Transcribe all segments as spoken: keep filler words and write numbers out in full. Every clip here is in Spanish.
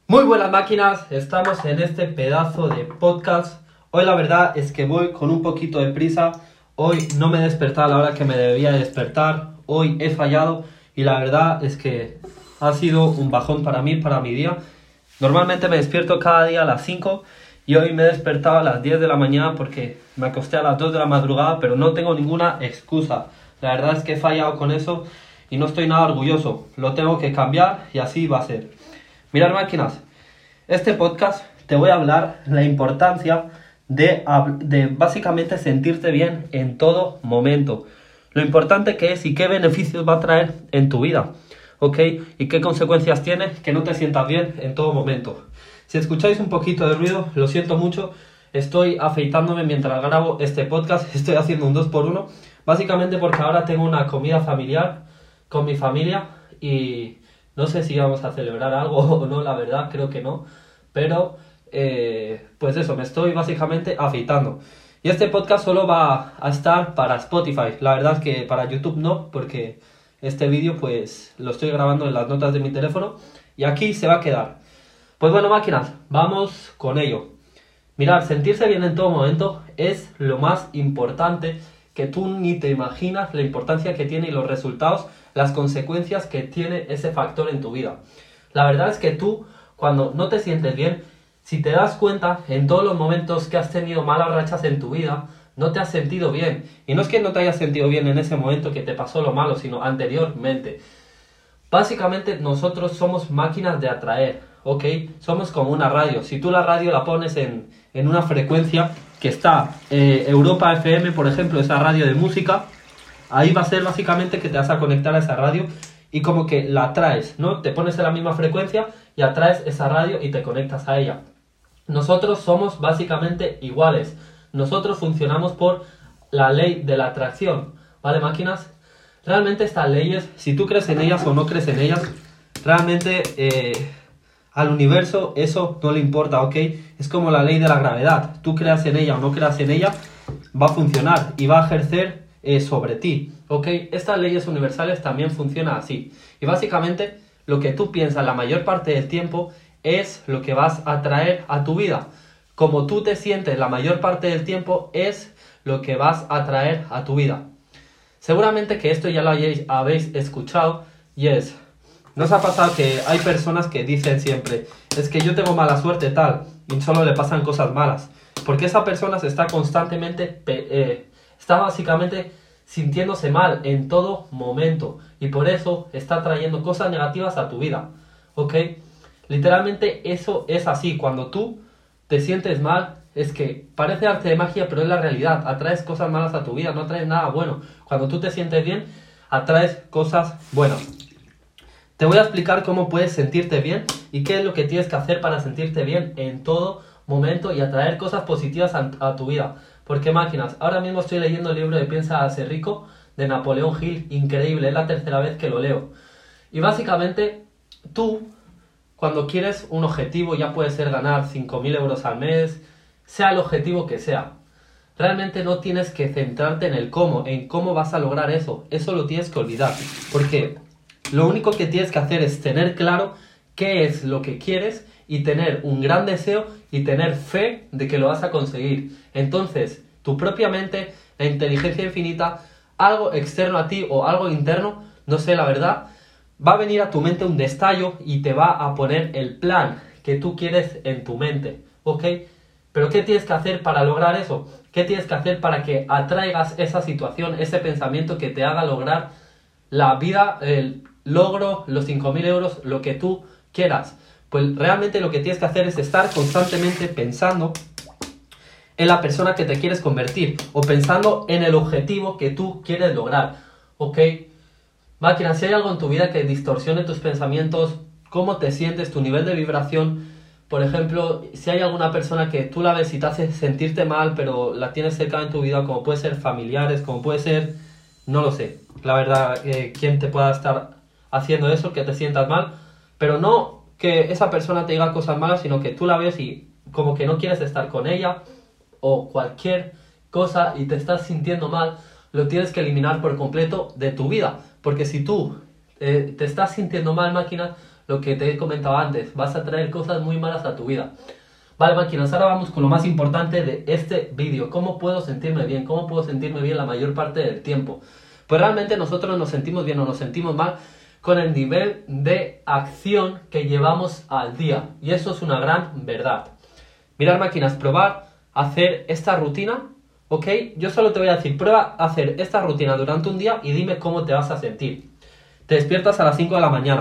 Muy buenas máquinas, estamos en este pedazo de podcast. Hoy la verdad es que voy con un poquito de prisa. Hoy no me he despertado a la hora que me debía de despertar. Hoy he fallado y la verdad es que ha sido un bajón para mí, para mi día. Normalmente me despierto cada día a las cinco y hoy me he despertado a las diez de la mañana porque me acosté a las dos de la madrugada, pero no tengo ninguna excusa. La verdad es que he fallado con eso y no estoy nada orgulloso. Lo tengo que cambiar y así va a ser. Mirad máquinas, este podcast te voy a hablar la importancia de, de básicamente sentirte bien en todo momento. Lo importante que es y qué beneficios va a traer en tu vida, ¿ok? Y qué consecuencias tiene que no te sientas bien en todo momento. Si escucháis un poquito de ruido, lo siento mucho. Estoy afeitándome mientras grabo este podcast. Estoy haciendo un dos por uno. Básicamente porque ahora tengo una comida familiar con mi familia y no sé si vamos a celebrar algo o no, la verdad, creo que no. Pero, eh, pues eso, me estoy básicamente afeitando. Y este podcast solo va a estar para Spotify. La verdad es que para YouTube no, porque este vídeo pues lo estoy grabando en las notas de mi teléfono. Y aquí se va a quedar. Pues bueno, máquinas, vamos con ello. Mirad, sentirse bien en todo momento es lo más importante, que tú ni te imaginas la importancia que tiene y los resultados, las consecuencias que tiene ese factor en tu vida. La verdad es que tú, cuando no te sientes bien, si te das cuenta, en todos los momentos que has tenido malas rachas en tu vida, no te has sentido bien. Y no es que no te hayas sentido bien en ese momento que te pasó lo malo, sino anteriormente. Básicamente nosotros somos máquinas de atraer, ¿ok? Somos como una radio. Si tú la radio la pones en, en una frecuencia que está eh, Europa F M, por ejemplo, esa radio de música, ahí va a ser básicamente que te vas a conectar a esa radio y como que la atraes, ¿no? Te pones en la misma frecuencia y atraes esa radio y te conectas a ella. Nosotros somos básicamente iguales. Nosotros funcionamos por la ley de la atracción, ¿vale, máquinas? Realmente estas leyes, si tú crees en ellas o no crees en ellas, realmente eh, al universo eso no le importa, ¿ok? Es como la ley de la gravedad. Tú creas en ella o no creas en ella, va a funcionar y va a ejercer eh, sobre ti, ¿ok? Estas leyes universales también funcionan así. Y básicamente lo que tú piensas la mayor parte del tiempo es lo que vas a traer a tu vida. Como tú te sientes la mayor parte del tiempo es lo que vas a traer a tu vida. Seguramente que esto ya lo hayáis, habéis escuchado y es, ¿no os ha pasado que hay personas que dicen siempre, es que yo tengo mala suerte tal y solo le pasan cosas malas? Porque esa persona se está constantemente, eh, está básicamente sintiéndose mal en todo momento y por eso está trayendo cosas negativas a tu vida, ¿ok? Literalmente eso es así, cuando tú te sientes mal, es que parece arte de magia, pero es la realidad. Atraes cosas malas a tu vida, no atraes nada bueno. Cuando tú te sientes bien, atraes cosas buenas. Te voy a explicar cómo puedes sentirte bien y qué es lo que tienes que hacer para sentirte bien en todo momento y atraer cosas positivas a, a tu vida. Porque máquinas, ahora mismo estoy leyendo el libro de Piensa a ser rico de Napoleón Hill, increíble, es la tercera vez que lo leo. Y básicamente, tú, cuando quieres un objetivo, ya puede ser ganar cinco mil euros al mes, sea el objetivo que sea, realmente no tienes que centrarte en el cómo, en cómo vas a lograr eso. Eso lo tienes que olvidar, porque lo único que tienes que hacer es tener claro qué es lo que quieres y tener un gran deseo y tener fe de que lo vas a conseguir. Entonces, tu propia mente, la inteligencia infinita, algo externo a ti o algo interno, no sé la verdad, va a venir a tu mente un destello y te va a poner el plan que tú quieres en tu mente, ¿ok? Pero ¿qué tienes que hacer para lograr eso? ¿Qué tienes que hacer para que atraigas esa situación, ese pensamiento que te haga lograr la vida, el logro, los cinco mil euros, lo que tú quieras? Pues realmente lo que tienes que hacer es estar constantemente pensando en la persona que te quieres convertir o pensando en el objetivo que tú quieres lograr, ¿ok? Máquina, si hay algo en tu vida que distorsione tus pensamientos, cómo te sientes, tu nivel de vibración. Por ejemplo, si hay alguna persona que tú la ves y te hace sentirte mal, pero la tienes cerca en tu vida, como puede ser familiares, como puede ser, no lo sé, la verdad, eh, quién te pueda estar haciendo eso, que te sientas mal, pero no que esa persona te diga cosas malas, sino que tú la ves y como que no quieres estar con ella, o cualquier cosa y te estás sintiendo mal, lo tienes que eliminar por completo de tu vida, porque si tú eh, te estás sintiendo mal, máquina, lo que te he comentado antes, vas a traer cosas muy malas a tu vida. Vale, máquinas, ahora vamos con lo más importante de este vídeo. ¿Cómo puedo sentirme bien? ¿Cómo puedo sentirme bien la mayor parte del tiempo? Pues realmente nosotros nos sentimos bien o nos sentimos mal con el nivel de acción que llevamos al día. Y eso es una gran verdad. Mirad, máquinas, probar hacer esta rutina, ¿ok? Yo solo te voy a decir, prueba a hacer esta rutina durante un día y dime cómo te vas a sentir. Te despiertas a las cinco de la mañana,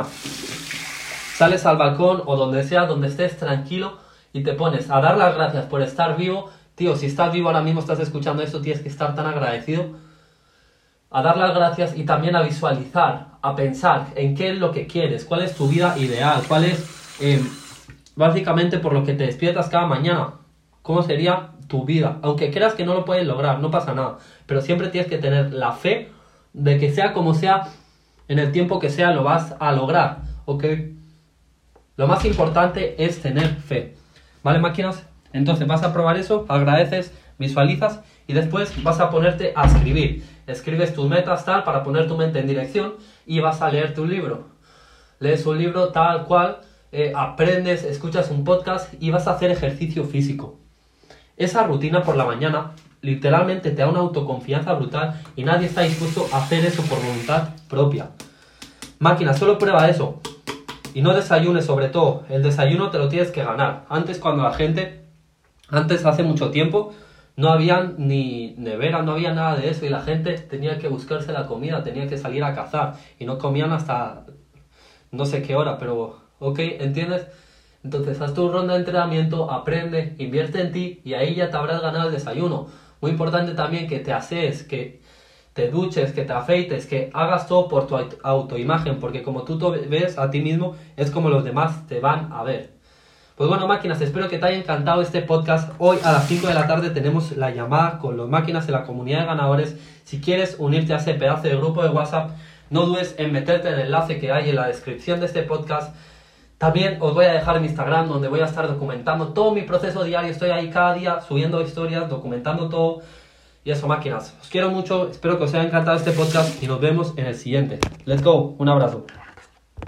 sales al balcón o donde sea, donde estés tranquilo y te pones a dar las gracias por estar vivo. Tío, si estás vivo ahora mismo, estás escuchando esto, tienes que estar tan agradecido. A dar las gracias y también a visualizar, a pensar en qué es lo que quieres, cuál es tu vida ideal, cuál es eh, básicamente por lo que te despiertas cada mañana, cómo sería tu vida. Aunque creas que no lo puedes lograr, no pasa nada, pero siempre tienes que tener la fe de que sea como sea, en el tiempo que sea, lo vas a lograr, ¿ok? Lo más importante es tener fe, ¿vale, máquinas? Entonces vas a probar eso, agradeces, visualizas y después vas a ponerte a escribir. Escribes tus metas tal para poner tu mente en dirección y vas a leer tu libro. Lees un libro tal cual, eh, aprendes, escuchas un podcast y vas a hacer ejercicio físico. Esa rutina por la mañana literalmente te da una autoconfianza brutal y nadie está dispuesto a hacer eso por voluntad propia. Máquina, solo prueba eso. Y no desayunes, sobre todo. El desayuno te lo tienes que ganar. Antes, cuando la gente, antes hace mucho tiempo, no había ni nevera, no había nada de eso y la gente tenía que buscarse la comida, tenía que salir a cazar y no comían hasta no sé qué hora, pero ok, ¿entiendes? Entonces haz tu ronda de entrenamiento, aprende, invierte en ti y ahí ya te habrás ganado el desayuno. Muy importante también que te asees, que te duches, que te afeites, que hagas todo por tu autoimagen, porque como tú te ves a ti mismo es como los demás te van a ver. Pues bueno, máquinas, espero que te haya encantado este podcast. Hoy a las cinco de la tarde tenemos la llamada con los máquinas de la comunidad de ganadores. Si quieres unirte a ese pedazo de grupo de WhatsApp, no dudes en meterte en el enlace que hay en la descripción de este podcast. También os voy a dejar mi Instagram, donde voy a estar documentando todo mi proceso diario. Estoy ahí cada día subiendo historias, documentando todo. Y eso, máquinas, os quiero mucho, espero que os haya encantado este podcast y nos vemos en el siguiente. Let's go, un abrazo.